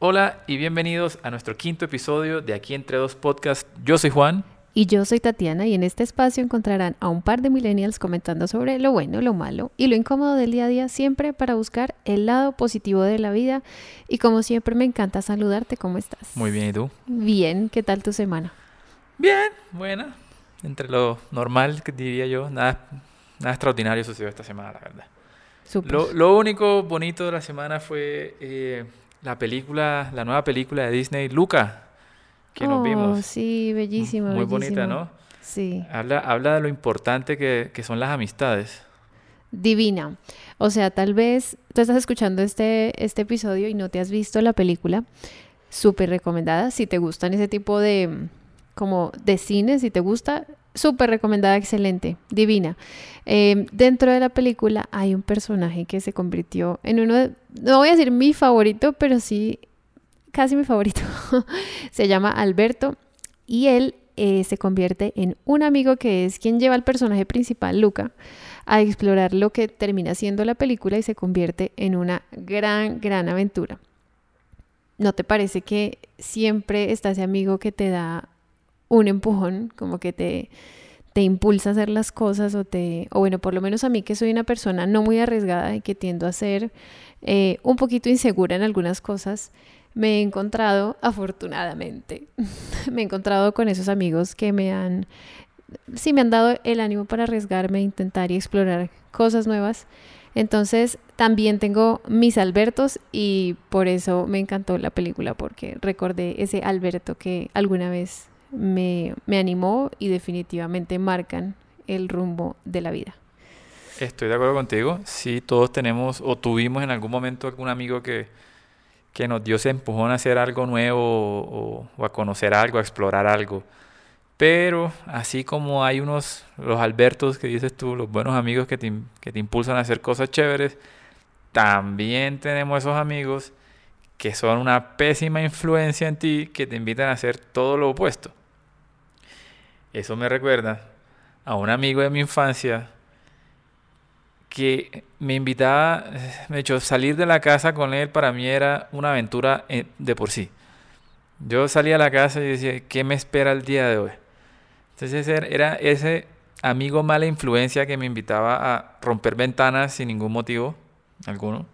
Hola y bienvenidos a nuestro quinto episodio de Aquí Entre Dos Podcast. Yo soy Juan. Y yo soy Tatiana y en este espacio encontrarán a un par de millennials comentando sobre lo bueno, lo malo y lo incómodo del día a día, siempre para buscar el lado positivo de la vida. Y como siempre me encanta saludarte, ¿cómo estás? Muy bien, ¿y tú? Bien, ¿qué tal tu semana? Bien, buena. Entre lo normal, que diría yo, nada extraordinario sucedió esta semana, la verdad. Súper. Lo único bonito de la semana fue la nueva película de Disney, Luca, que nos vimos. Sí, bellísima, Muy bellísima. bonita, ¿no? Sí. Habla de lo importante que son las amistades. Divina. O sea, tal vez tú estás escuchando este episodio y no te has visto la película. Súper recomendada. Si te gustan ese tipo de, como de cine, si te gusta, súper recomendada, excelente, divina. Dentro de la película hay un personaje que se convirtió en no voy a decir mi favorito, pero sí casi mi favorito. Se llama Alberto y él se convierte en un amigo que es quien lleva al personaje principal, Luca, a explorar lo que termina siendo la película y se convierte en una gran aventura. ¿No te parece que siempre está ese amigo que te da un empujón, como que te impulsa a hacer las cosas o bueno, por lo menos a mí que soy una persona no muy arriesgada y que tiendo a ser un poquito insegura en algunas cosas, me he encontrado, afortunadamente, me he encontrado con esos amigos que me han dado el ánimo para arriesgarme, intentar y explorar cosas nuevas. Entonces también tengo mis Albertos y por eso me encantó la película, porque recordé ese Alberto que alguna vez me animó y definitivamente marcan el rumbo de la vida. Estoy de acuerdo contigo. Sí, todos tenemos o tuvimos en algún momento algún amigo que nos dio ese empujón a hacer algo nuevo o a conocer algo, a explorar algo. Pero así como hay los Albertos que dices tú, los buenos amigos que te impulsan a hacer cosas chéveres, también tenemos esos amigos que son una pésima influencia en ti, que te invitan a hacer todo lo opuesto. Eso me recuerda a un amigo de mi infancia que me invitaba, de hecho, salir de la casa con él para mí era una aventura de por sí. Yo salía a la casa y decía, ¿qué me espera el día de hoy? Entonces era ese amigo mala influencia que me invitaba a romper ventanas sin ningún motivo alguno.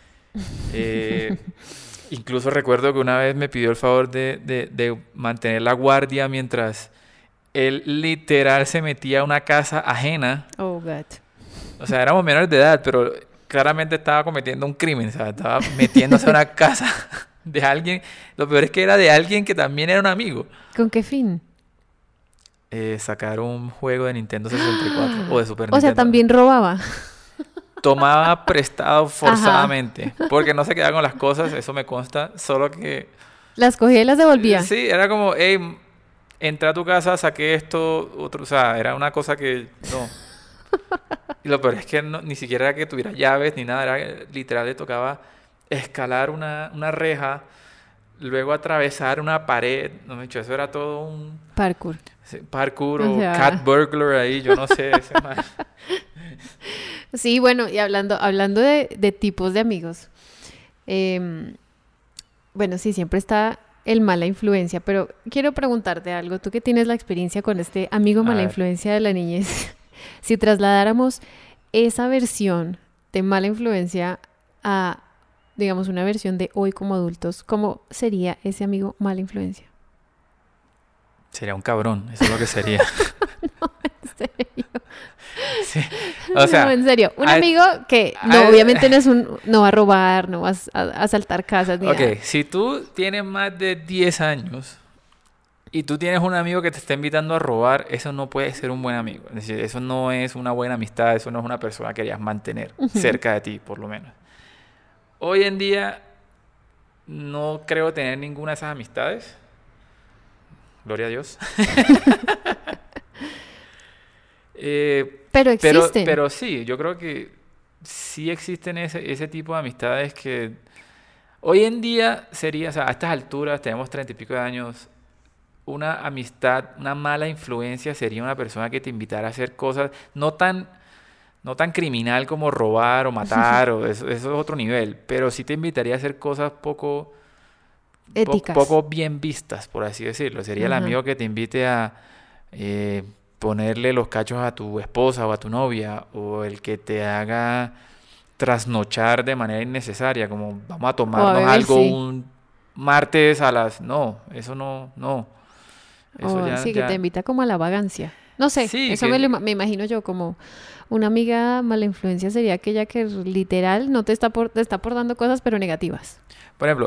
Incluso recuerdo que una vez me pidió el favor de mantener la guardia mientras él literal se metía a una casa ajena. Oh, God. O sea, éramos menores de edad, pero claramente estaba cometiendo un crimen, o sea, estaba metiéndose a una casa de alguien. Lo peor es que era de alguien que también era un amigo. ¿Con qué fin? Sacar un juego de Nintendo 64 o de Super Nintendo. O sea, también robaba. Tomaba prestado forzadamente, porque no se quedaba con las cosas, eso me consta, solo que... Las cogía y las devolvía. Sí, era como, hey, entré a tu casa, saqué esto, otro, o sea, era una cosa que no... Y lo peor es que ni siquiera era que tuviera llaves ni nada, era literal le tocaba escalar una reja, luego atravesar una pared, no me he dicho, eso era todo un... Parkour. Parkour O o sea... cat burglar ahí, yo no sé. Ese man. Sí, bueno, y hablando de tipos de amigos, bueno, sí, siempre está el mala influencia, pero quiero preguntarte algo, tú que tienes la experiencia con este amigo mala influencia de la niñez, si trasladáramos esa versión de mala influencia a, digamos, una versión de hoy como adultos, ¿cómo sería ese amigo mala influencia? Sería un cabrón, eso es lo que sería. No, en serio. Sí. O sea, no, en serio. Un amigo que obviamente no va a robar, no va a asaltar casas ni nada. Ok, si tú tienes más de 10 años y tú tienes un amigo que te está invitando a robar, eso no puede ser un buen amigo. Es decir, eso no es una buena amistad, eso no es una persona que querías mantener cerca de ti, por lo menos. Hoy en día no creo tener ninguna de esas amistades. Gloria a Dios. Pero existen. Pero sí, yo creo que sí existen ese tipo de amistades que hoy en día sería, o sea, a estas alturas, tenemos 30 y pico de años, una amistad, una mala influencia sería una persona que te invitara a hacer cosas no tan criminal como robar o matar, o eso es otro nivel, pero sí te invitaría a hacer cosas poco Éticas. poco bien vistas, por así decirlo. Sería el Ajá. amigo que te invite a ponerle los cachos a tu esposa o a tu novia, o el que te haga trasnochar de manera innecesaria, como vamos a O a tomarnos beber, algo sí. un martes a las... No, eso no, no. Eso O ya, sí, que te ya... invita como a la vagancia. No sé, Sí, eso me imagino yo como una amiga mala influencia sería aquella que literal no te está aportando cosas pero negativas. por ejemplo,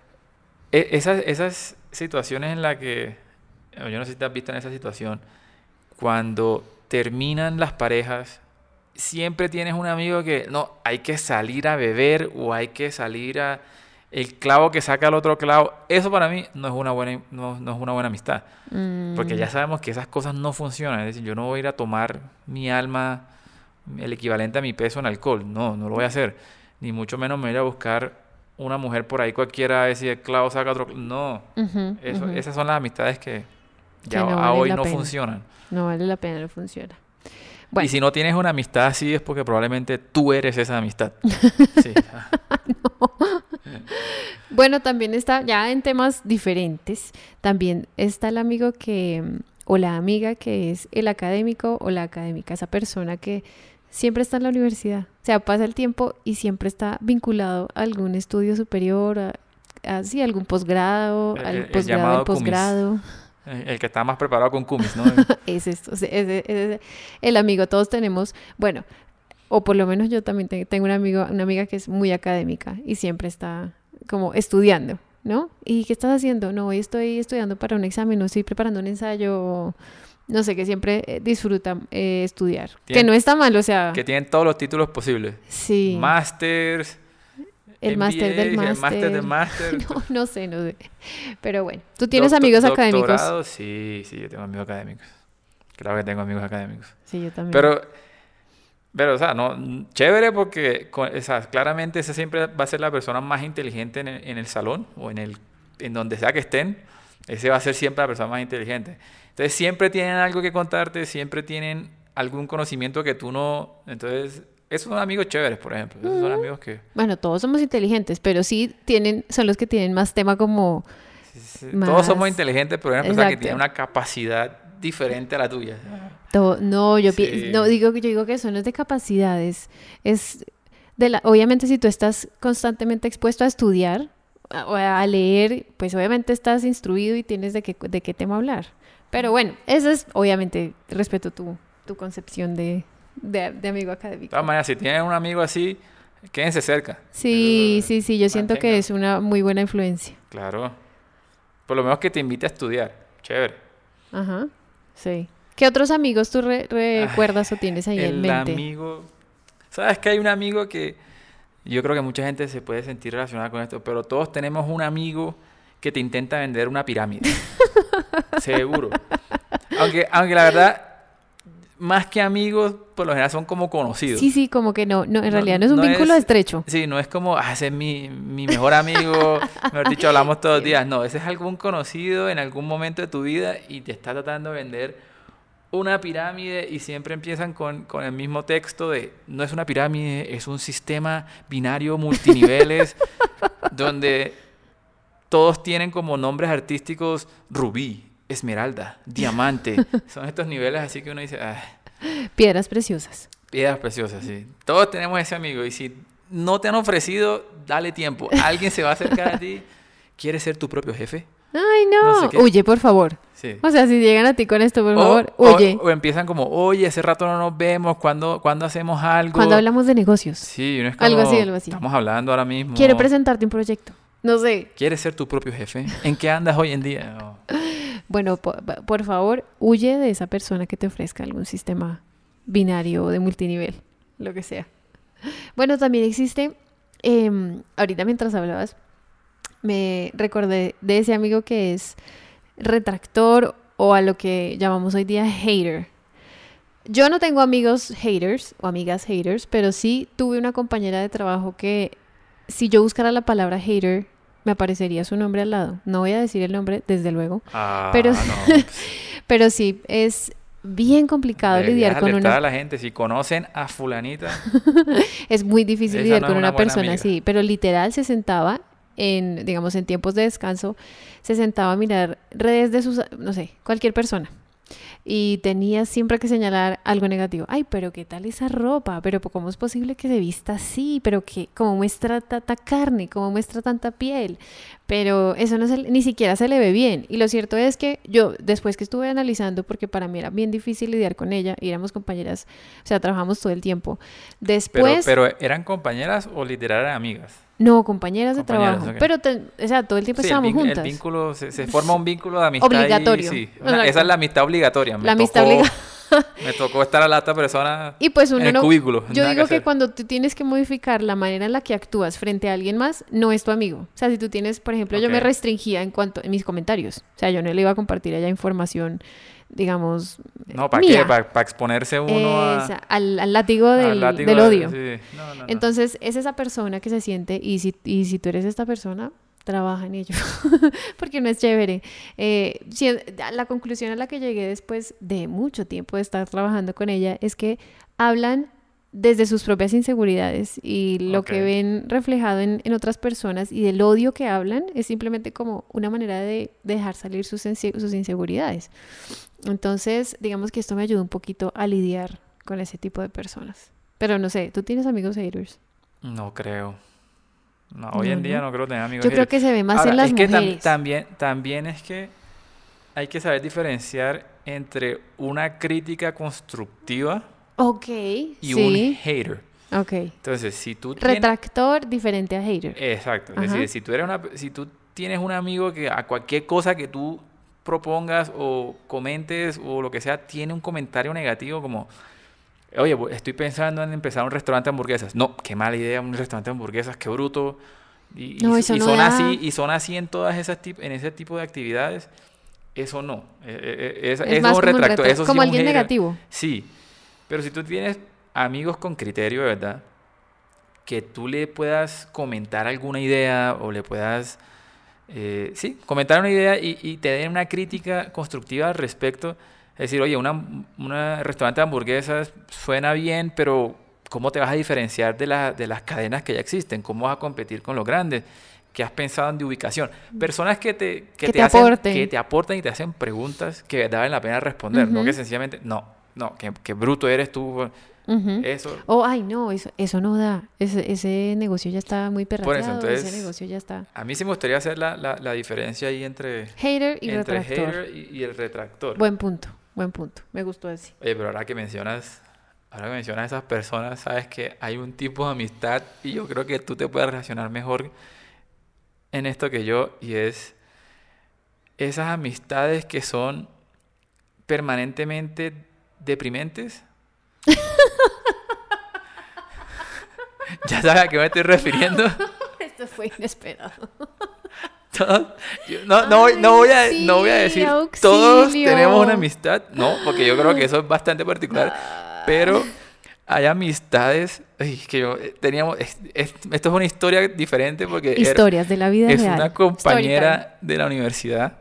esas situaciones en las que, yo no sé si te has visto en esa situación, cuando terminan las parejas, siempre tienes un amigo que, no, hay que salir a beber o hay que salir a... El clavo que saca el otro clavo, eso para mí no es una buena, no es una buena amistad. Porque Mm, ya sabemos que esas cosas no funcionan. Es decir, yo no voy a ir a tomar mi alma, el equivalente a mi peso en alcohol. No, no lo voy a hacer. Ni mucho menos me voy a ir a buscar una mujer por ahí cualquiera a ver si el clavo saca otro. No, ujú, eso, ujú. esas son las amistades que ya Que no a valen hoy la no pena. funcionan. No vale la pena, no funciona. Y Bueno, si no tienes una amistad así es porque probablemente tú eres esa amistad. Sí. bueno, también está, ya en temas diferentes, también está el amigo que, o la amiga que es el académico o la académica, esa persona que siempre está en la universidad. O sea, pasa el tiempo y siempre está vinculado a algún estudio superior, sí, algún posgrado, al El posgrado del llamado cumis. posgrado. El que está más preparado con cumis, ¿no? Es esto, o sea, el amigo, todos tenemos, bueno, o por lo menos yo también tengo un amigo, una amiga que es muy académica y siempre está como estudiando, ¿no? ¿Y qué estás haciendo? No, hoy estoy estudiando para un examen, no estoy preparando un ensayo, no sé, que siempre disfruta estudiar. Que no Tienen, está mal, o sea, que tienen todos los títulos posibles. sí, Masters, el máster del MBA, el máster del máster, máster. no, no sé, no sé. Pero bueno, ¿tú tienes amigos académicos? Doctorado, sí, sí, yo tengo amigos académicos. Claro que tengo amigos académicos. Sí, yo también. Pero, o sea, no, chévere porque, o sea, claramente esa siempre va a ser la persona más inteligente en el salón o en donde sea que estén. Ese va a ser siempre la persona más inteligente. Entonces, siempre tienen algo que contarte, siempre tienen algún conocimiento que tú no. Entonces, esos son amigos chéveres, por ejemplo. Esos son amigos que Bueno, todos somos inteligentes, pero sí son los que tienen más tema como todos somos más, inteligentes, pero hay una persona que tiene exacto. una capacidad diferente a la tuya. No, no Sí. digo, yo digo que eso no es de capacidades, es obviamente si tú estás constantemente expuesto a estudiar o a leer, pues obviamente estás instruido y tienes de qué tema hablar. Pero bueno, eso es, obviamente, respeto tu concepción de amigo De académico. todas maneras, si tienen un amigo así, quédense cerca. Sí, sí, sí, yo siento que Manténganlo. es una muy buena influencia. Claro. Por lo menos que te invite a estudiar. Chévere. Ajá, sí. ¿Qué otros amigos tú Ay, recuerdas o tienes ahí en el mente? amigo. ¿Sabes que hay un amigo que yo creo que mucha gente se puede sentir relacionada con esto, pero todos tenemos un amigo que te intenta vender una pirámide? Seguro. Aunque la verdad, más que amigos, por lo general son como conocidos. Sí, sí, como que no, no, en No, realidad no es un no vínculo es, estrecho. sí, no es como, ese es mi mejor amigo, mejor dicho, hablamos todos los Sí. días. No, ese es algún conocido en algún momento de tu vida y te está tratando de vender una pirámide y siempre empiezan con el mismo texto de, no es una pirámide, es un sistema binario multiniveles donde todos tienen como nombres artísticos rubí, esmeralda, diamante. Son estos niveles así que uno dice, "Ay, Piedras preciosas. piedras preciosas, sí. Todos tenemos ese amigo y si no te han ofrecido, dale tiempo. Alguien se va a acercar a ti. ¿Quieres ser tu propio jefe? Ay, No sé no. qué. Huye, por favor. Sí. O sea, si llegan a ti con esto, por favor, huye. O empiezan como, oye, hace rato no nos vemos, ¿cuándo hacemos Cuando algo? hablamos de negocios. Sí, uno es Algo así, como, algo así. estamos hablando ahora mismo. Quiere presentarte un proyecto. No sé. ¿Quieres ser tu propio jefe? ¿En qué andas hoy en día? No. Bueno, por favor, huye de esa persona que te ofrezca algún sistema binario o de multinivel, lo que sea. Bueno, también existe, ahorita mientras hablabas, me recordé de ese amigo que es retractor o a lo que llamamos hoy día hater. Yo no tengo amigos haters o amigas haters, pero sí tuve una compañera de trabajo que si yo buscara la palabra hater, me aparecería su nombre al lado. No voy a decir el nombre, desde luego, pero, Ah, no. Pues, pero sí, es bien complicado deberías lidiar con alertar una... a la gente. Si conocen a fulanita, Es muy difícil esa lidiar no con es una una buena persona amiga. así, pero literal se sentaba digamos, en tiempos de descanso, se sentaba a mirar redes de sus, no sé, cualquier persona. Y tenía siempre que señalar algo negativo. Ay, pero ¿qué tal esa ropa? Pero ¿cómo es posible que se vista así? Pero ¿cómo muestra tanta carne? ¿Cómo muestra tanta piel? Pero eso ni siquiera se le ve bien. Y lo cierto es que yo, después que estuve analizando, porque para mí era bien difícil lidiar con ella, y éramos compañeras, o sea, trabajamos todo el tiempo. Después... Pero ¿eran compañeras o literal eran amigas? No, compañeras de trabajo. Okay. Pero, o sea, todo el tiempo estábamos juntas. El vínculo, se forma un vínculo de amistad. Obligatorio. Esa es la amistad obligatoria. La amistad obligatoria. Me tocó estar a la otra persona y pues uno en el cubículo. Yo digo que cuando tú tienes que modificar la manera en la que actúas frente a alguien más, no es tu amigo. O sea, si tú tienes, por ejemplo, yo me restringía en mis comentarios. O sea, yo no le iba a compartir allá información, digamos, no, ¿para qué? Para exponerse uno al látigo del odio. Sí. No. Entonces, es esa persona que se siente, y si tú eres esta persona, trabaja en ello, porque no es chévere. La conclusión a la que llegué después de mucho tiempo de estar trabajando con ella es que hablan desde sus propias inseguridades, y lo que ven reflejado en otras personas y del odio que hablan es simplemente como una manera de dejar salir sus inseguridades. Entonces, digamos que esto me ayudó un poquito a lidiar con ese tipo de personas. Pero no sé, ¿tú tienes amigos haters? No creo. No, hoy en día no creo tener amigos. Yo creo que se ve más en las mujeres. También es que hay que saber diferenciar entre una crítica constructiva y un hater. Entonces, si tú retractor diferente a hater. Exacto. Es decir, si tú tienes un amigo que a cualquier cosa que tú propongas o comentes o lo que sea, tiene un comentario negativo como... Oye, estoy pensando en empezar un restaurante de hamburguesas. No, qué mala idea, un restaurante de hamburguesas, qué bruto. Son así en todas en ese tipo de actividades. Eso no. Es más un retractor. Eso como sí alguien negativo. Sí. Pero si tú tienes amigos con criterio, ¿verdad? Que tú le puedas comentar alguna idea o le puedas... comentar una idea y te den una crítica constructiva al respecto. Es decir, oye, una restaurante de hamburguesas suena bien, pero ¿cómo te vas a diferenciar de las cadenas que ya existen? ¿Cómo vas a competir con los grandes? ¿Qué has pensado en ubicación? Personas que te aporten y te hacen preguntas que valen la pena responder. No que sencillamente, qué bruto eres tú. Eso. Eso no da. Ese negocio ya está muy perrateado. Por eso, entonces, ese negocio ya está. A mí sí me gustaría hacer la diferencia ahí entre hater y retractor. Hater y el retractor. Buen punto. Me gustó así. Oye, pero ahora que mencionas a esas personas, sabes que hay un tipo de amistad y yo creo que tú te puedes relacionar mejor en esto que yo, y es esas amistades que son permanentemente deprimentes. ¿Ya sabes a qué me estoy refiriendo? Esto fue inesperado. No voy a decir auxilio. Todos tenemos una amistad, no, porque yo creo que eso es bastante particular, pero hay amistades que teníamos. Esto es una historia diferente porque historias de la vida es real. Una compañera de la universidad.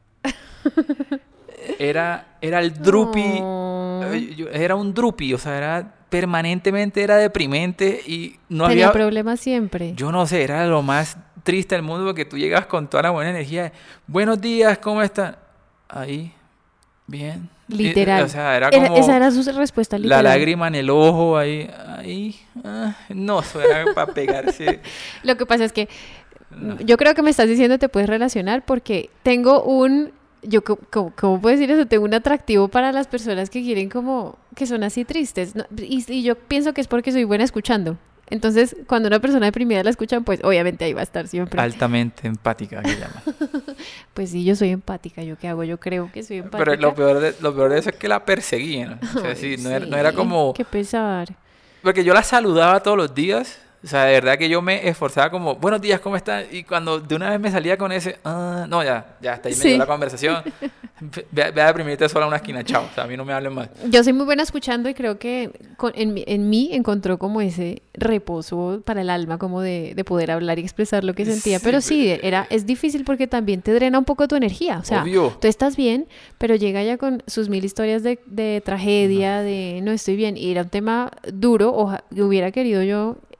Era el drupi. Era un drupi, o sea, permanentemente era deprimente y no tenía había problemas siempre. Yo no sé, era lo más triste del mundo porque tú llegas con toda la buena energía. Buenos días, ¿cómo están? Ahí, bien. Literal. O sea, como esa era su respuesta literal. La lágrima en el ojo, ahí. No, eso era para pegarse. Lo que pasa es que yo creo que me estás diciendo te puedes relacionar porque tengo ¿cómo puedo decir eso? Tengo un atractivo para las personas que quieren que son así tristes. Y yo pienso que es porque soy buena escuchando. Entonces, cuando una persona deprimida la escuchan, pues obviamente ahí va a estar siempre. Altamente empática, que llama. Pues sí, yo soy empática. ¿Yo qué hago? Yo creo que soy empática. Pero lo peor de eso es que la perseguían. O sea, no era como... Qué pesar. Porque yo la saludaba todos los días. O sea, de verdad que yo me esforzaba como, buenos días, ¿cómo están? Y cuando de una vez me salía con ese, ya hasta ahí me dio la conversación. Ve a deprimirte sola a una esquina, chao. O sea, a mí no me hablen más. Yo soy muy buena escuchando y creo que en mí encontró como ese reposo para el alma, como de poder hablar y expresar lo que sentía. Pero sí, es difícil porque también te drena un poco tu energía. O sea, obvio. Tú estás bien, pero llega ya con sus 1000 historias de tragedia, de no estoy bien. Y era un tema duro, hubiera querido yo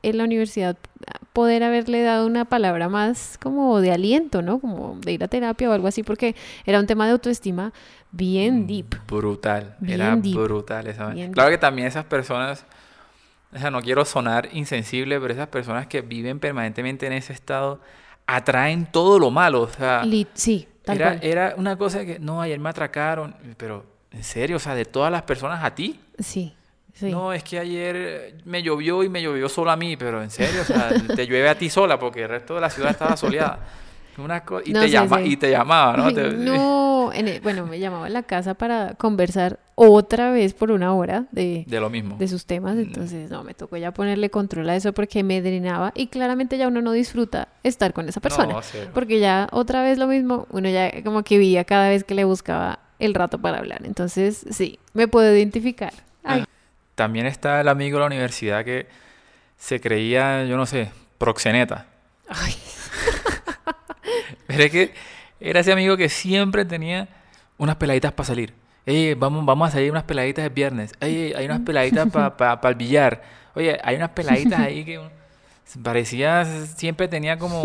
en la universidad poder haberle dado una palabra más como de aliento, ¿no? Como de ir a terapia o algo así, porque era un tema de autoestima bien deep. Brutal, Bien era deep. brutal esa vaina. Bien Claro que también esas personas, o sea, no quiero sonar insensible, pero esas personas que viven permanentemente en ese estado atraen todo lo malo. O sea, Sí, tal cual. era una cosa que, no, ayer me atracaron, pero en serio, o sea, de todas las personas a ti. Sí, sí. No, es que ayer me llovió y me llovió solo a mí, pero en serio, o sea, te llueve a ti sola porque el resto de la ciudad estaba soleada. Y No te sé, sí. y te llamaba, ¿no? Ay, no, bueno, me llamaba a la casa para conversar otra vez por una hora De lo mismo. de sus temas, entonces no, me tocó ya ponerle control a eso porque me drenaba y claramente ya uno no disfruta estar con esa persona, No, cero. porque ya otra vez lo mismo, uno ya como que vivía cada vez que le buscaba el rato para hablar, entonces sí, me puedo identificar. Ay, También está el amigo de la universidad que se creía, yo no sé, proxeneta. ay, Pero es que era ese amigo que siempre tenía unas peladitas para salir. Ey, vamos a salir unas peladitas el viernes. Ey, hay unas peladitas para el billar. Oye, hay unas peladitas ahí que parecía, siempre tenía como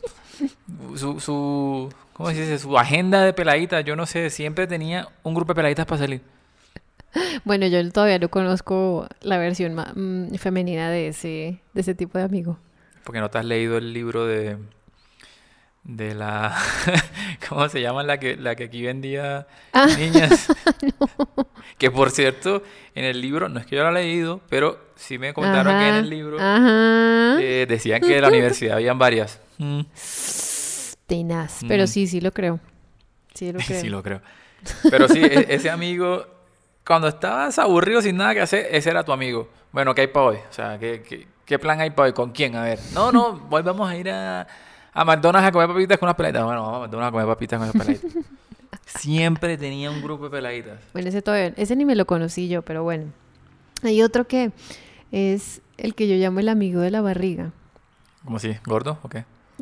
¿cómo se dice? Su agenda de peladitas. Yo no sé, siempre tenía un grupo de peladitas para salir. bueno, yo todavía no conozco la versión femenina de ese tipo de amigo. Porque no te has leído el libro de la ¿cómo se llama la que aquí vendía Ah, niñas? Que por cierto, en el libro, no es que yo lo haya leído, pero sí me contaron que en el libro ajá. decían que de la universidad habían varias. Tenaz, pero sí lo creo. Sí lo creo. Sí lo creo. Pero sí, ese amigo, cuando estabas aburrido sin nada que hacer, ese era tu amigo. Bueno, ¿qué hay para hoy? O sea, ¿qué plan hay para hoy? ¿Con quién? A ver. No, hoy vamos a ir a McDonald's a comer papitas con unas peladitas. Bueno, vamos a McDonald's a comer papitas con esas peladitas. Siempre tenía un grupo de peladitas. Bueno, ese ni me lo conocí yo, pero bueno. Hay otro que es el que yo llamo el amigo de la barriga. ¿Cómo así? ¿Gordo? ¿O qué?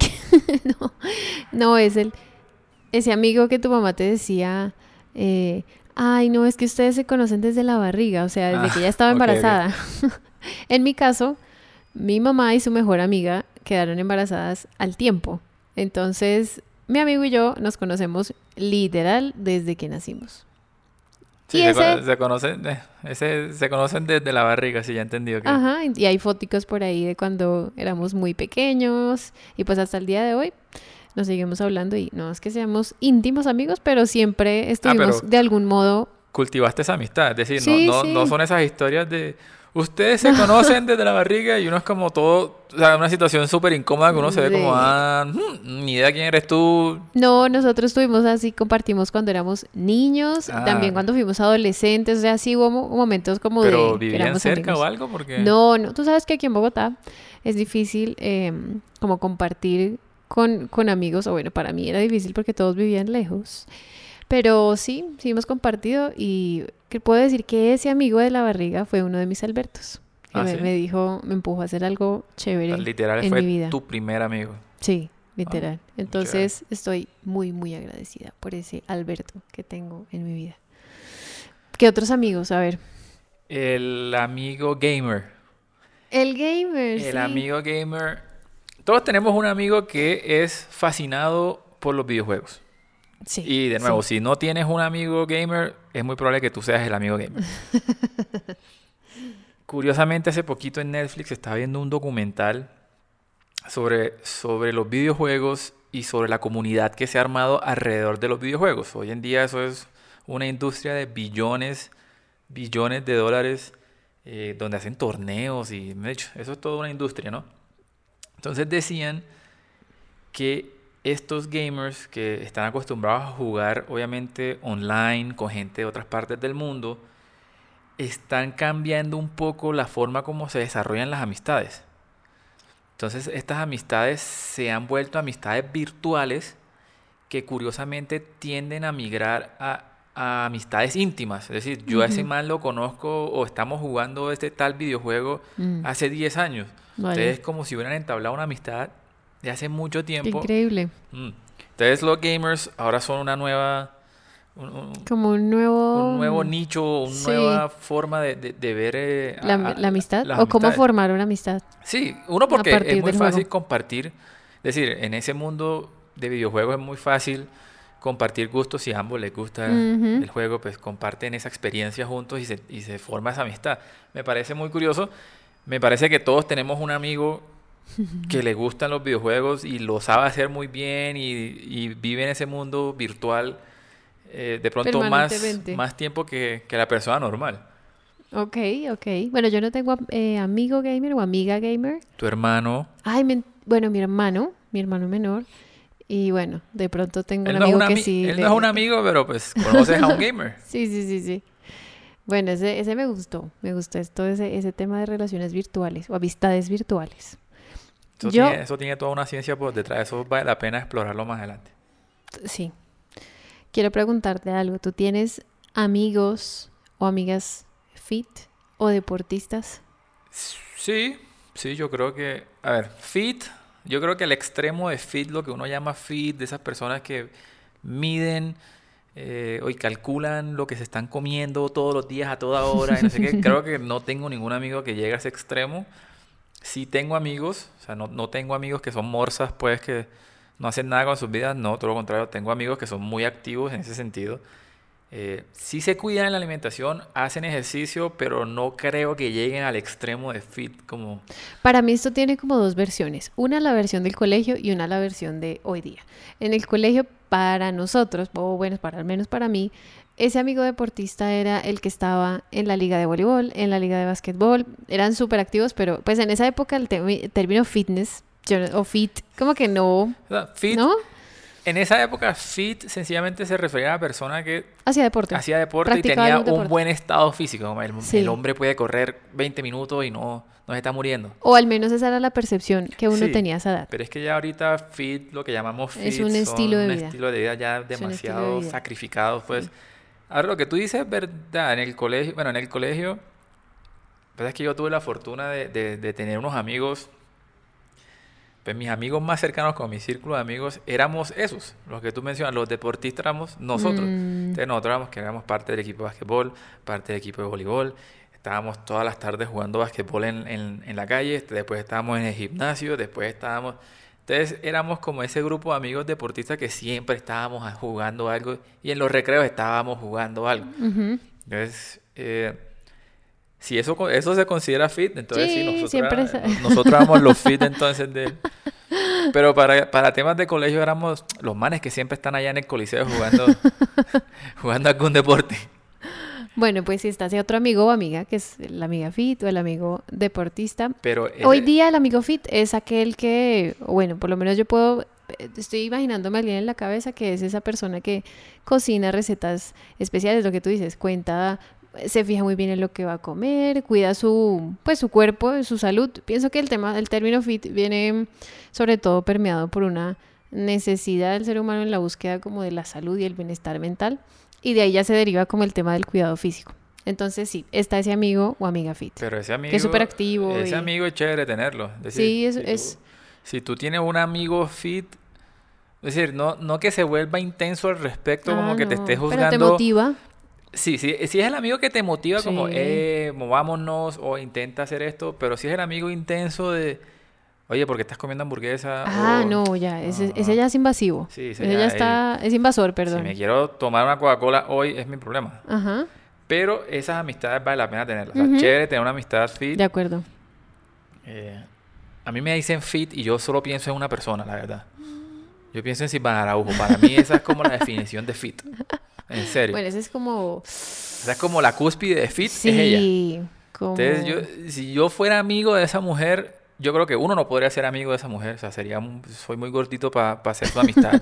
No, es ese amigo que tu mamá te decía, ay, no, es que ustedes se conocen desde la barriga, o sea, desde que ella estaba ok. embarazada. En mi caso, mi mamá y su mejor amiga quedaron embarazadas al tiempo. Entonces, mi amigo y yo nos conocemos literal desde que nacimos. Sí, Y ese, se conocen, se conocen desde la barriga, sí, ya entendí, ok. ajá, y hay foticos por ahí de cuando éramos muy pequeños y pues hasta el día de hoy nos seguimos hablando y no es que seamos íntimos amigos, pero siempre estuvimos pero de algún modo. cultivaste esa amistad, es decir, Sí, no sí. son esas historias de ustedes se conocen desde la barriga y uno es como todo, o sea, una situación súper incómoda que uno se ve como, ni idea quién eres tú. No, nosotros estuvimos así, compartimos cuando éramos niños, Ah, también cuando fuimos adolescentes, o sea, sí hubo momentos como pero de que vivían éramos cerca amigos. o algo porque... No, tú sabes que aquí en Bogotá es difícil como compartir con amigos, o bueno, para mí era difícil porque todos vivían lejos, pero sí hemos compartido y que puedo decir que ese amigo de la barriga fue uno de mis Albertos, que ¿Ah, sí? me dijo, me empujó a hacer algo chévere Literal en fue mi vida. tu primer amigo. Sí, Ah, literal. chévere. Entonces estoy muy, muy agradecida por ese Alberto que tengo en mi vida. ¿Qué otros amigos? A ver. El amigo gamer. El gamer, El sí. amigo gamer. Todos tenemos un amigo que es fascinado por los videojuegos. Sí, Y de nuevo, sí. si no tienes un amigo gamer, es muy probable que tú seas el amigo gamer. Curiosamente, hace poquito en Netflix estaba viendo un documental sobre los videojuegos y sobre la comunidad que se ha armado alrededor de los videojuegos. Hoy en día eso es una industria de billones de dólares donde hacen torneos y de hecho, eso es toda una industria, ¿no? Entonces decían que estos gamers que están acostumbrados a jugar obviamente online con gente de otras partes del mundo, están cambiando un poco la forma como se desarrollan las amistades. Entonces estas amistades se han vuelto amistades virtuales que curiosamente tienden a migrar a amistades íntimas. Es decir, yo a ese Ujú. man lo conozco o estamos jugando este tal videojuego Mm, hace 10 años. Entonces vale. es como si hubieran entablado una amistad de hace mucho Qué tiempo. increíble. Mm. Entonces los gamers ahora son una nueva Como un nuevo... un nuevo nicho, una Sí. nueva forma de ver La amistad. las O cómo amistades. formar una amistad Sí, uno a porque es partir muy del fácil juego. compartir, es decir, en ese mundo de videojuegos es muy fácil compartir gustos. Si a ambos les gusta Ujú. el juego, pues comparten esa experiencia juntos y se forma esa amistad. Me parece muy curioso, me parece que todos tenemos un amigo que le gustan los videojuegos y lo sabe hacer muy bien y vive en ese mundo virtual de pronto Permanentemente. más tiempo que la persona normal. Ok, ok. Bueno, yo no tengo amigo gamer o amiga gamer. Tu hermano, Ay, bueno, mi hermano menor. Y bueno, de pronto tengo un él no es un amigo que sí él no es un le... amigo, pero pues conoces a un gamer. Sí, sí, sí, sí. Bueno, ese me gustó esto, ese tema de relaciones virtuales o amistades virtuales. Yo, Eso tiene toda una ciencia por detrás. Eso vale la pena explorarlo más adelante. sí, quiero preguntarte algo. ¿Tú tienes amigos o amigas fit o deportistas? Sí, sí, yo creo que, a ver, fit, yo creo que el extremo de fit, lo que uno llama fit, de esas personas que miden y calculan lo que se están comiendo todos los días a toda hora y no sé qué, creo que no tengo ningún amigo que llegue a ese extremo. Sí tengo amigos, o sea, no tengo amigos que son morsas, pues, que no hacen nada con sus vidas, no, todo lo contrario, tengo amigos que son muy activos en ese sentido. Sí se cuidan en la alimentación, hacen ejercicio, pero no creo que lleguen al extremo de fit como... Para mí esto tiene como dos versiones. Una la versión del colegio y una la versión de hoy día. En el colegio, para nosotros, o bueno, para al menos para mí, ese amigo deportista era el que estaba en la liga de voleibol, en la liga de básquetbol. Eran súper activos, pero pues en esa época el término fitness o fit, como que no, O sea, fit, ¿no? en esa época fit sencillamente se refería a la persona que Hacía deporte. hacía deporte y Practicaba tenía algún un deporte. buen estado físico. Como el Sí. hombre puede correr 20 minutos y no se está muriendo. O al menos esa era la percepción que uno Sí, tenía a esa edad. pero es que ya ahorita fit, lo que llamamos Es fit, un son estilo de un vida. estilo de vida ya Es un estilo de demasiado vida. sacrificados, pues. Sí. Ahora, lo que tú dices es verdad. En el colegio, bueno, en el colegio, pues es que yo tuve la fortuna de tener unos amigos, pues mis amigos más cercanos con mi círculo de amigos éramos esos, los que tú mencionas, los deportistas éramos nosotros. Mm, Entonces nosotros éramos parte del equipo de basquetbol, parte del equipo de voleibol, estábamos todas las tardes jugando basquetbol en la calle, después estábamos en el gimnasio, después estábamos... Entonces éramos como ese grupo de amigos deportistas que siempre estábamos jugando algo y en los recreos estábamos jugando algo. ujú. Entonces, si eso se considera fit, entonces sí, Sí, siempre es... nosotros éramos los fit entonces de él. Pero para temas de colegio éramos los manes que siempre están allá en el coliseo jugando, jugando algún deporte. Bueno, pues si está ese otro amigo o amiga, que es la amiga fit o el amigo deportista. Pero Hoy ese, día el amigo fit es aquel que, bueno, por lo menos yo puedo, estoy imaginándome a alguien en la cabeza que es esa persona que cocina recetas especiales, lo que tú dices, cuenta, se fija muy bien en lo que va a comer, cuida pues su cuerpo, su salud. Pienso que el término fit viene sobre todo permeado por una necesidad del ser humano en la búsqueda como de la salud y el bienestar mental. Y de ahí ya se deriva como el tema del cuidado físico. Entonces sí, está ese amigo o amiga fit, pero que es súper activo ese y... amigo es chévere tenerlo. Es decir, Sí, es... si tú tienes un amigo fit, es decir, no que se vuelva intenso al respecto, como Ah, que te esté no, pero te juzgando. motiva. Sí, sí, si es el amigo que te motiva como, Sí. movámonos o intenta hacer esto, pero si es el amigo intenso de, oye, ¿por qué estás comiendo hamburguesa? Ah, O, no, ya, ese no, ya es invasivo. sí, ese Ese ya ya, está, es invasor, si me perdón. quiero tomar una Coca-Cola hoy es mi problema. Ajá, Pero esas amistades vale la pena tenerlas. O sea, ujú, chévere tener una amistad fit. de acuerdo. Eh, a mí me dicen fit y yo solo pienso en una persona, la verdad. Yo pienso en Silvana Araujo. Para mí esa es como la definición de fit. En serio. Bueno, ese es como... Esa es como la cúspide de fit, es ella. Sí, Entonces, como... si yo fuera amigo de esa mujer, yo creo que uno no podría ser amigo de esa mujer. O sea, soy muy gordito para hacer su amistad.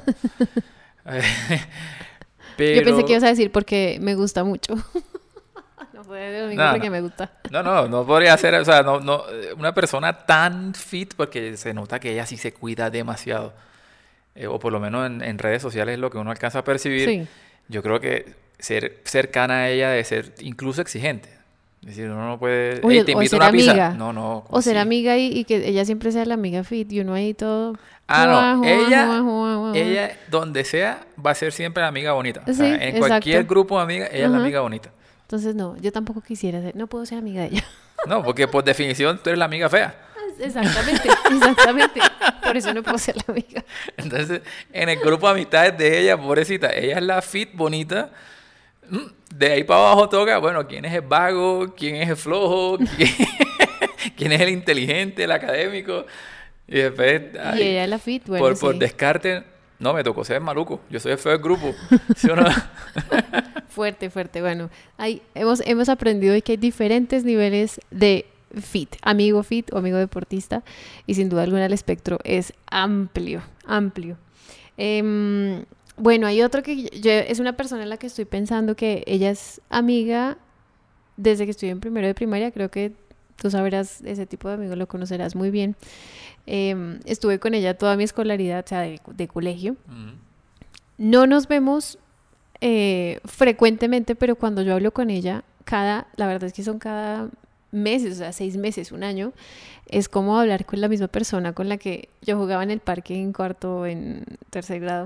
Yo pensé que Pero, ibas a decir porque me gusta mucho. No fue de domingo no, porque me gusta. no podría ser, o sea, una persona tan fit porque se nota que ella sí se cuida demasiado. O por lo menos en redes sociales es lo que uno alcanza a percibir. Sí, Yo creo que ser cercana a ella debe ser incluso exigente. Es decir, uno no puede... Uy, "Ey, te o invito a ser una pizza". amiga. No, no, ¿cómo O ser así? amiga y que ella siempre sea la amiga fit y uno ahí todo... Ah, Juá, no. juá, juá, juá, juá. Ella, donde sea, va a ser siempre la amiga bonita. O sea, Sí, en cualquier exacto. grupo de amigas, ella es la Ajá. amiga bonita. Entonces, no, yo tampoco quisiera ser, no puedo ser amiga de ella. No, porque por definición tú eres la amiga fea. Exactamente, exactamente. Por eso no puedo ser la amiga. Entonces, en el grupo de amistades de ella, pobrecita, ella es la fit bonita. De ahí para abajo toca, bueno, quién es el vago, quién es el flojo, quién es el inteligente, el académico. Y después, Y ay, ella la fit, bueno, por sí. descarte, no, me tocó ser maluco. Yo soy el feo del grupo. ¿Sí o no? Fuerte, fuerte. Bueno, hemos aprendido hoy que hay diferentes niveles de fit, amigo fit o amigo deportista, y sin duda alguna el espectro es amplio, amplio. Bueno, hay otro que es una persona en la que estoy pensando que ella es amiga desde que estoy en primero de primaria, creo que tú sabrás, ese tipo de amigo lo conocerás muy bien. Estuve con ella toda mi escolaridad, o sea, de colegio. Ujú. No nos vemos frecuentemente, pero cuando yo hablo con ella, la verdad es que son cada meses, o sea, 6 meses, un año, es como hablar con la misma persona con la que yo jugaba en el parque en cuarto, en tercer grado.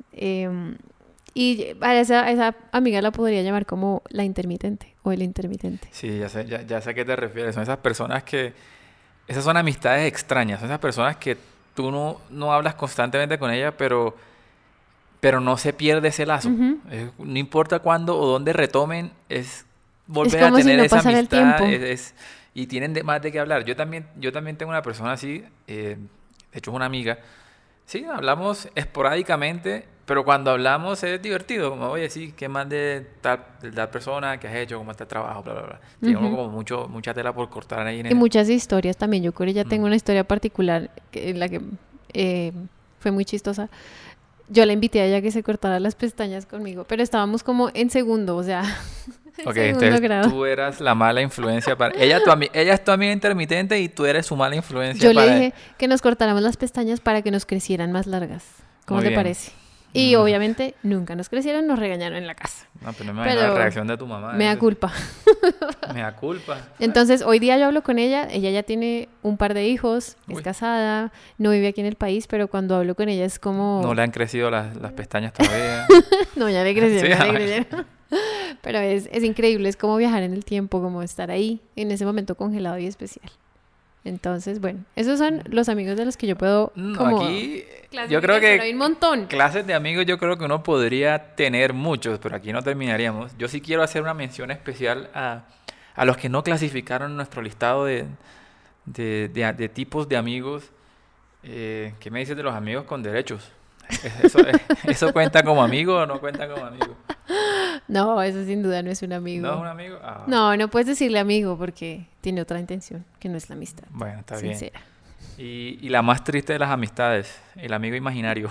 Y a esa amiga la podría llamar como la intermitente o el intermitente. Sí, ya sé a qué te refieres. Son esas personas que... Esas son amistades extrañas. Son esas personas que tú no hablas constantemente con ellas, pero no se pierde ese lazo. Ujú. No importa cuándo o dónde retomen, es volver Es a como si tener no esa pasara el amistad. tiempo. Y tienen más de qué hablar. Yo también tengo una persona así, de hecho es una amiga. Sí, hablamos esporádicamente, pero cuando hablamos es divertido. Como, oye, sí, ¿qué más de tal persona? ¿Qué has hecho? ¿Cómo está el trabajo? Bla, bla, bla. Tiene uno Ujú. como mucha tela por cortar ahí en Y muchas historias también. Yo con ella tengo Mm. una historia particular en la que fue muy chistosa. Yo la invité a ella a que se cortara las pestañas conmigo, pero estábamos como en segundo, o sea, en Ok, segundo entonces grado. tú eras la mala influencia para... ella es tu amiga intermitente y tú eres su mala influencia Yo le para... dije que nos cortáramos las pestañas para que nos crecieran más largas. ¿Cómo Muy te bien. parece? Y Mm. obviamente nunca nos crecieron, nos regañaron en la casa. No, pero no me imagino la Pero reacción de tu mamá. me da culpa. Me da culpa. Entonces, hoy día yo hablo con ella ya tiene un par de hijos, es Uy. casada, no vive aquí en el país, pero cuando hablo con ella es como... No le han crecido las pestañas todavía. No, ya le crecieron, Sí, ya le crecieron. Pero es increíble, es como viajar en el tiempo, como estar ahí, en ese momento congelado y especial. Entonces, bueno, esos son los amigos de los que yo puedo No, como aquí yo clasificar, creo pero hay que un montón. clases de amigos yo creo que uno podría tener muchos, pero aquí no terminaríamos. Yo sí quiero hacer una mención especial a los que no clasificaron en nuestro listado de tipos de amigos. ¿Qué me dices de los amigos con derechos? ¿Eso cuenta como amigo o no cuenta como amigo? No, eso sin duda no es un ¿No es amigo. un amigo? Ah, No, no puedes decirle amigo porque tiene otra intención, que no es la amistad bueno, está bien. sincera. Y la más triste de las amistades, el amigo imaginario.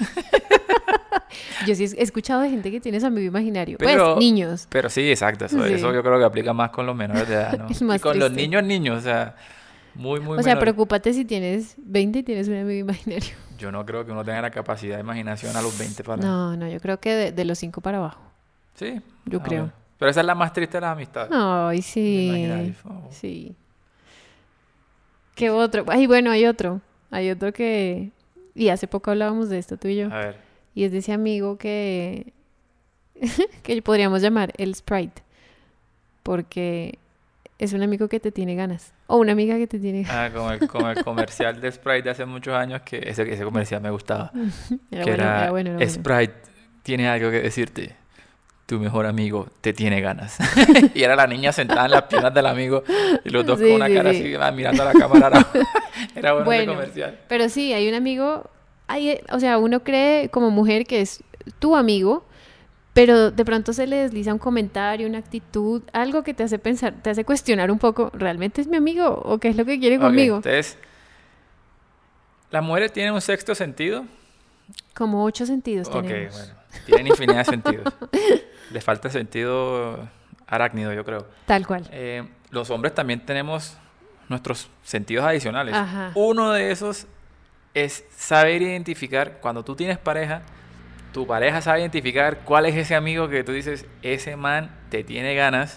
Yo sí he escuchado de gente que tiene su amigo imaginario. Pero, Pues, niños. pero sí, exacto. Eso Sí. yo creo que aplica más con los menores de edad, ¿no? Es Y más con los triste. niños, o sea, muy, muy O sea, menores. preocúpate si tienes 20 y tienes un amigo imaginario. Yo no creo que uno tenga la capacidad de imaginación a los 20 para... No, no, yo creo que de los 5 para abajo. Sí. Yo creo. Bueno. Pero esa es la más triste de las amistades. Ay, El imaginario. sí. Oh. Sí. ¿Qué otro? Ay, bueno, hay otro. Hay otro que... Y hace poco hablábamos de esto tú y yo. A ver. Y es de ese amigo que... que podríamos llamar el Sprite. Porque es un amigo que te tiene ganas. O una amiga que te tiene ganas. Como el comercial de Sprite de hace muchos años, que ese comercial me gustaba. Era Que bueno, era era bueno, era bueno. Sprite tiene algo que decirte. Tu mejor amigo te tiene ganas. Y era la niña sentada en las piernas del amigo y los dos Sí, con una sí, cara sí. así mirando a la cámara. Era bueno ese Bueno, comercial. pero sí, hay un amigo... o sea, uno cree como mujer que es tu amigo, pero de pronto se le desliza un comentario, una actitud, algo que te hace pensar, te hace cuestionar un poco, ¿realmente es mi amigo o qué es lo que quiere Ok, conmigo? entonces, las mujeres tienen un sexto sentido. Como 8 sentidos Ok, tenemos. bueno, tienen infinidad de sentidos. Les falta sentido arácnido, yo creo. Tal cual. Los hombres también tenemos nuestros sentidos adicionales. Ajá. Uno de esos es saber identificar, cuando tú tienes pareja, tu pareja sabe identificar cuál es ese amigo que tú dices, ese man te tiene ganas,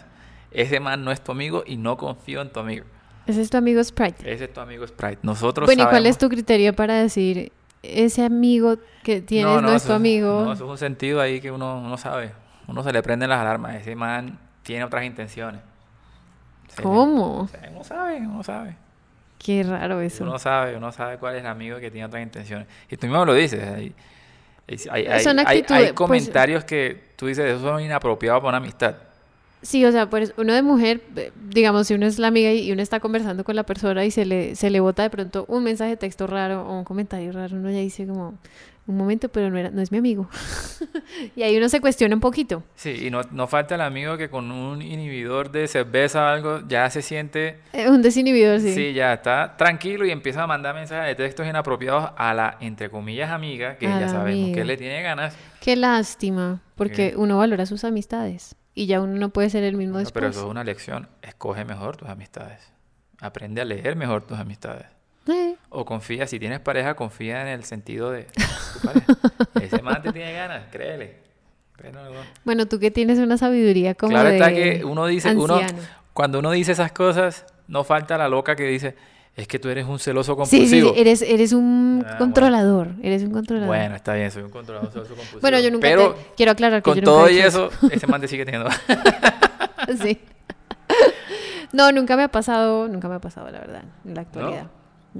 ese man no es tu amigo y no confío en tu amigo. Ese es tu amigo Sprite. Ese es tu amigo Sprite. Nosotros Bueno, ¿y cuál sabemos... es tu criterio para decir ese amigo que tienes no es tu amigo? No, eso es un sentido ahí que uno sabe. Uno se le prenden las alarmas. Ese man tiene otras intenciones. ¿Cómo? O sea, uno sabe. Qué raro eso. Uno sabe cuál es el amigo que tiene otras intenciones. Y tú mismo lo dices. Son Hay actitudes, comentarios que tú dices, eso son inapropiados para una amistad. Sí, o sea, pues uno de mujer, digamos, si uno es la amiga y uno está conversando con la persona y se le bota de pronto un mensaje de texto raro o un comentario raro, uno ya dice como, un momento, pero no es mi amigo. Y ahí uno se cuestiona un poquito. Sí, y no falta el amigo que con un inhibidor de cerveza o algo ya se siente... Un desinhibidor, sí. Sí, ya está tranquilo y empieza a mandar mensajes de textos inapropiados a la, entre comillas, amiga, que A ya la sabemos amiga. que le tiene ganas. Qué lástima, porque Sí. uno valora sus amistades y ya uno no puede ser el mismo Bueno, pero eso después. es una lección. Escoge mejor tus amistades. Aprende a leer mejor tus amistades. O confía, si tienes pareja, confía en el sentido de tu pareja. Ese man te tiene ganas, créele. Créelo, no. Bueno, tú que tienes una sabiduría como Claro de está que uno dice, anciano. cuando uno dice esas cosas, no falta la loca que dice, es que tú eres un celoso Sí, compulsivo. eres un Ah, controlador, eres un controlador. Bueno, está bien, soy un controlador celoso compulsivo. Bueno, yo nunca Pero quiero aclarar que con yo nunca todo he y hecho eso, ese man te sigue teniendo. Sí. No, nunca me ha pasado, la verdad, en la actualidad. No.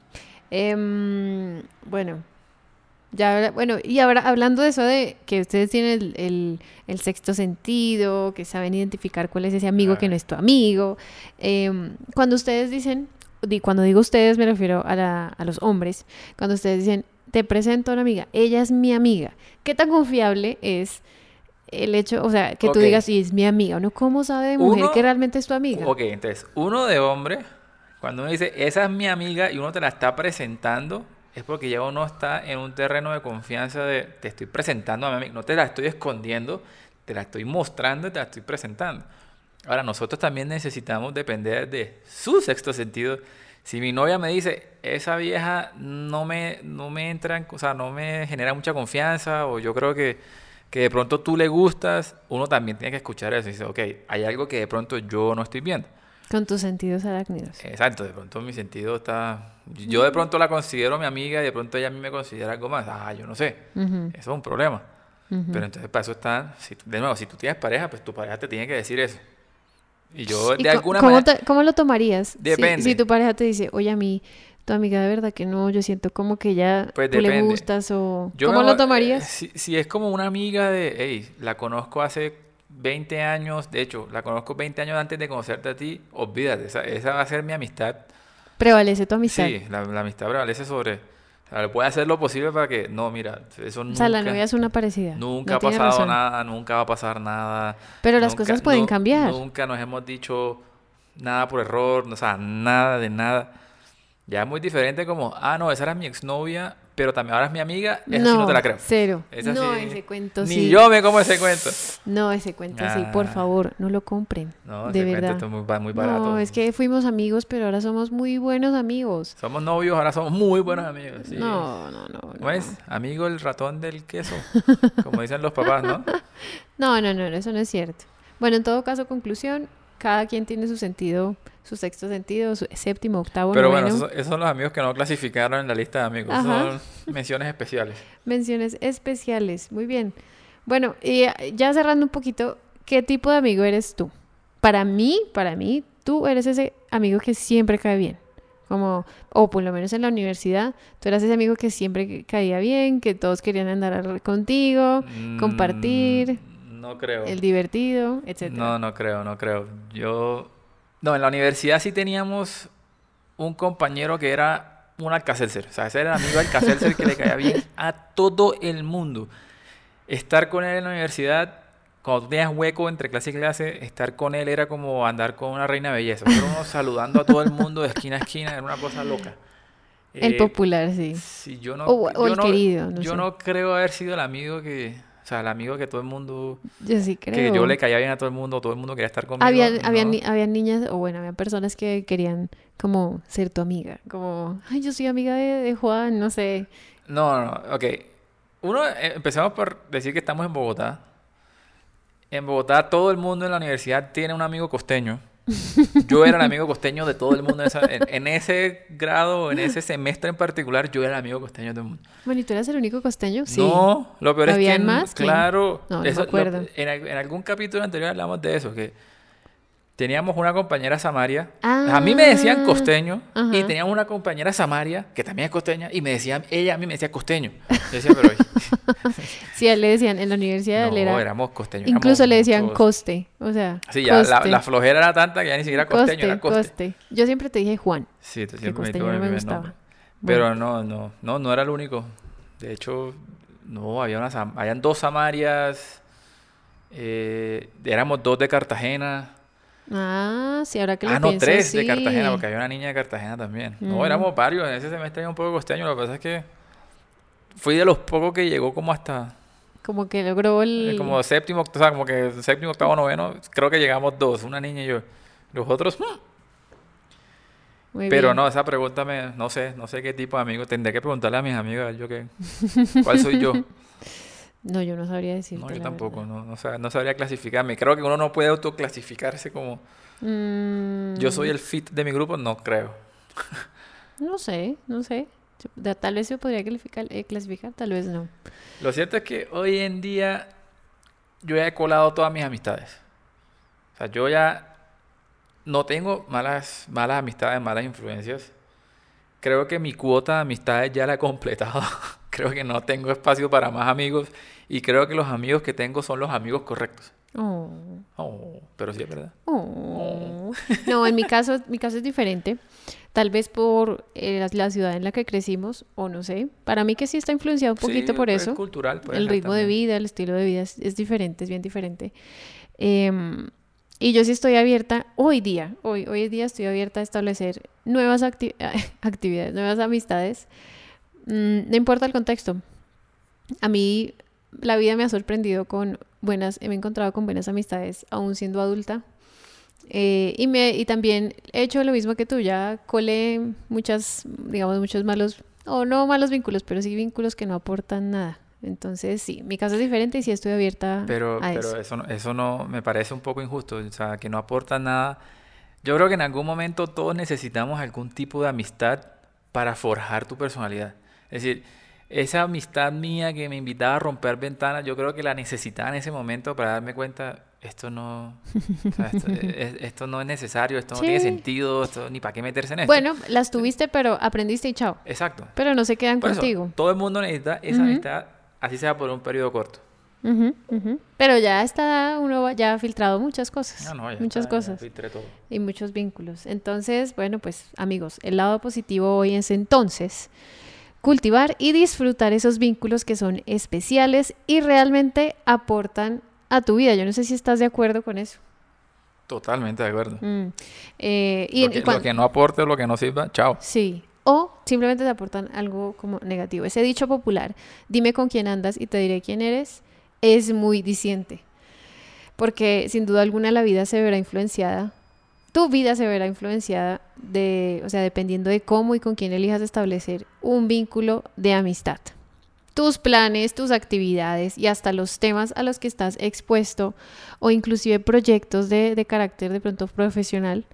Bueno, bueno, y ahora hablando de eso de que ustedes tienen el sexto sentido, que saben identificar cuál es ese amigo que no es tu amigo, cuando ustedes dicen, cuando digo ustedes me refiero a los hombres, cuando ustedes dicen, te presento a una amiga, ella es mi amiga, ¿qué tan confiable es el hecho, o sea, que tú Ok. digas, sí, es mi amiga? ¿Uno cómo sabe de mujer Uno- que realmente es tu amiga? Ok, entonces, uno de hombre, cuando uno dice, esa es mi amiga y uno te la está presentando, es porque ya uno está en un terreno de confianza de, te estoy presentando a mi amiga, no te la estoy escondiendo, te la estoy mostrando y te la estoy presentando. Ahora, nosotros también necesitamos depender de su sexto sentido. Si mi novia me dice, esa vieja no me entra, o sea, no me genera mucha confianza, o yo creo que de pronto tú le gustas, uno también tiene que escuchar eso y dice, ok, hay algo que de pronto yo no estoy viendo. Con tus sentidos arácnidos. Exacto, de pronto mi sentido está... Yo de pronto la considero mi amiga y de pronto ella a mí me considera algo más. Ah, yo no sé. Ujú, Eso es un problema. ujú. Pero entonces para eso está... de nuevo, si tú tienes pareja, pues tu pareja te tiene que decir eso. Y yo ¿Y de alguna cómo, manera... cómo lo tomarías? Depende. Si tu pareja te dice, oye, a mí, tu amiga de verdad que no, yo siento como que ella, Pues tú le depende. gustas o... Yo ¿Cómo me lo voy- tomarías? si es como una amiga de... Hey, la conozco hace 20 años. De hecho, la conozco 20 años antes de conocerte a ti. Olvídate, esa va a ser mi amistad. Prevalece tu amistad. Sí, la amistad prevalece sobre... O sea, puede hacer lo posible para que... No, mira, eso O sea, la nunca... novia es una parecida. Nunca No ha tiene pasado razón. nada, nunca va a pasar nada. Pero las cosas pueden cambiar. Nunca nos hemos dicho nada por error, o sea, nada de nada. Ya es muy diferente como, ah, no, esa era mi exnovia, pero también ahora es mi amiga, esa sí no te la creo. Cero. Esa No, sí, ese cuento ni sí. yo me como ese cuento. No, ese cuento sí. Por Ah. favor, no lo compren. No, de ese cuento verdad. está muy barato. No, es que fuimos amigos, pero ahora somos muy buenos amigos. Somos novios, ahora somos muy buenos amigos. Sí. No. ¿Cómo es? Amigo el ratón del queso, como dicen los papás, ¿no? No, eso no es cierto. Bueno, en todo caso, conclusión, cada quien tiene su sentido, su sexto sentido, su séptimo, octavo, Pero bueno, noveno. esos son los amigos que no clasificaron en la lista de amigos. Ajá. Son menciones especiales. Menciones especiales, muy bien. Bueno, y ya cerrando un poquito, ¿qué tipo de amigo eres tú? Para mí, tú eres ese amigo que siempre cae bien. Como, o por lo menos en la universidad, tú eras ese amigo que siempre caía bien, que todos querían andar contigo, compartir, No creo. el divertido, etcétera. No creo. No, en la universidad sí teníamos un compañero que era un Alcacelser. O sea, ese era el amigo Alcacelser que le caía bien a todo el mundo. Estar con él en la universidad, cuando tú tenías hueco entre clase y clase, estar con él era como andar con una reina de belleza. Era uno saludando a todo el mundo de esquina a esquina, era una cosa loca. El popular, sí. Sí, yo O el querido, no yo sé. no creo haber sido el amigo que... O sea, el amigo que todo el mundo... Yo sí creo. Que yo le caía bien a todo el mundo quería estar conmigo. Habían niñas, o bueno, habían personas que querían como ser tu amiga. Como, ay, yo soy amiga de Juan, no sé. No, ok. Empezamos por decir que estamos en Bogotá. En Bogotá todo el mundo en la universidad tiene un amigo costeño. Yo era el amigo costeño de todo el mundo en ese grado, en ese semestre en particular, yo era el amigo costeño de todo el mundo. Bueno, ¿y tú eras el único costeño? Sí. No, lo peor es que, ¿Habían más? ¿Quién? claro, No, no me eso, acuerdo. en algún capítulo anterior hablamos de eso, que teníamos una compañera samaria, a mí me decían Ah, costeño, y ajá. teníamos una compañera samaria, que también es costeña, y me decían, ella a mí me decía costeño. Yo decía, pero Sí, a él le decían, en la universidad él no, era, éramos costeños, éramos incluso le decían todos. coste, o sea, Sí, ya la coste, flojera era tanta que ya ni siquiera costeño, era coste, coste. coste. Yo siempre te dije Juan, Sí, te que siempre me costeño tuve no mi me primer nombre. gustaba. Bueno, Pero no era el único. De hecho, no, habían dos samarias, éramos dos de Cartagena. sí, ahora que lo No, pienso, tres de Cartagena, sí. porque había una niña de Cartagena también. No, Mm, éramos varios, en ese semestre era un poco costeño, lo que pasa es que fui de los pocos que llegó como hasta, como que logró como séptimo, o sea, como que séptimo, octavo, noveno, creo que llegamos dos, una niña y yo. Los otros, Muy pero bien. no, esa pregunta no sé qué tipo de amigo, tendré que preguntarle a mis amigas, ¿cuál soy yo? No, yo no sabría No, decirte yo la tampoco, verdad. no sabría clasificarme. Creo que uno no puede autoclasificarse como yo soy Mm, el fit de mi grupo, no creo. no sé, no sé. Tal vez se podría clasificar, tal vez no. Lo cierto es que hoy en día yo ya he colado todas mis amistades. O sea, yo ya no tengo malas amistades, malas influencias. Creo que mi cuota de amistades ya la he completado. Creo que no tengo espacio para más amigos y creo que los amigos que tengo son los amigos correctos. Oh, Oh, pero sí es verdad. Oh. oh. No, en mi caso es diferente. Tal vez por la ciudad en la que crecimos, o no sé. Para mí que sí está influenciado un Sí, poquito por pues eso. cultural puede El ser ritmo de también. vida, el estilo de vida es diferente, es bien diferente. Em, y yo sí estoy abierta, hoy en día estoy abierta a establecer nuevas actividades, nuevas amistades. No importa el contexto. A mí la vida me ha sorprendido me he encontrado con buenas amistades aún siendo adulta. Y también he hecho lo mismo que tú, ya colé digamos, muchos malos, o no malos vínculos, pero sí vínculos que no aportan nada. Entonces, sí, mi caso es diferente y sí estoy abierta a Pero eso. eso no me parece un poco injusto, o sea, que no aporta nada. Yo creo que en algún momento todos necesitamos algún tipo de amistad para forjar tu personalidad. Es decir, esa amistad mía que me invitaba a romper ventanas, yo creo que la necesitaba en ese momento para darme cuenta, o sea, esto no es necesario, esto no tiene Sí, sentido, esto ni para qué meterse en esto. bueno, las tuviste, pero aprendiste y chao. Exacto. Pero no se quedan Por eso, contigo. todo el mundo necesita esa Ujú, amistad, así sea por un periodo corto. ujú, ujú. Pero ya está, ya ha filtrado muchas cosas, No, ya muchas está, ya cosas filtré todo. y muchos vínculos. Entonces, bueno, pues amigos, el lado positivo hoy es entonces cultivar y disfrutar esos vínculos que son especiales y realmente aportan a tu vida. Yo no sé si estás de acuerdo con eso. Totalmente de acuerdo. Mm. Y Lo que no aporte o lo que no sirva, chao. sí. O simplemente te aportan algo como negativo. Ese dicho popular, dime con quién andas y te diré quién eres, es muy diciente. Porque sin duda alguna la vida se verá influenciada, tu vida se verá influenciada o sea, dependiendo de cómo y con quién elijas establecer un vínculo de amistad. Tus planes, tus actividades y hasta los temas a los que estás expuesto o inclusive proyectos de carácter de pronto profesional.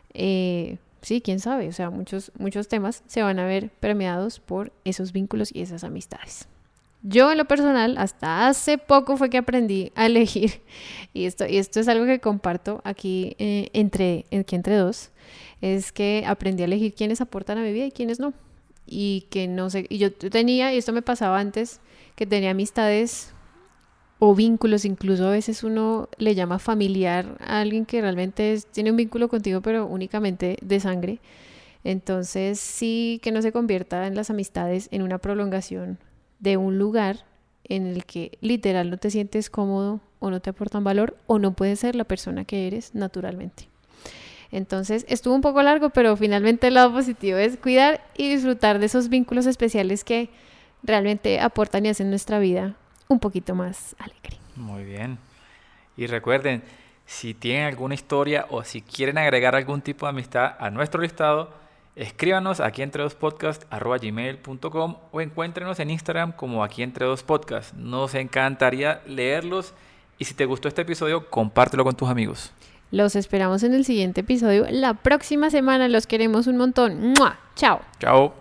Sí, quién sabe, o sea, muchos temas se van a ver permeados por esos vínculos y esas amistades. Yo en lo personal, hasta hace poco fue que aprendí a elegir, y esto es algo que comparto aquí entre dos, es que aprendí a elegir quiénes aportan a mi vida y quiénes no. Y que no sé, y yo tenía, y esto me pasaba antes, que tenía amistades o vínculos, incluso a veces uno le llama familiar a alguien que realmente tiene un vínculo contigo, pero únicamente de sangre. Entonces, sí que no se convierta en las amistades en una prolongación de un lugar en el que literal no te sientes cómodo o no te aportan valor o no puedes ser la persona que eres naturalmente. Entonces, estuvo un poco largo, pero finalmente el lado positivo es cuidar y disfrutar de esos vínculos especiales que realmente aportan y hacen nuestra vida un poquito más alegre. Muy bien. Y recuerden, si tienen alguna historia o si quieren agregar algún tipo de amistad a nuestro listado, escríbanos aquí entre dos podcast@gmail.com o encuéntrenos en Instagram como aquí entre dos podcast. Nos encantaría leerlos Y si te gustó este episodio, compártelo con tus amigos. Los esperamos en el siguiente episodio la próxima semana. Los queremos un montón. ¡Mua! Chao. Chao.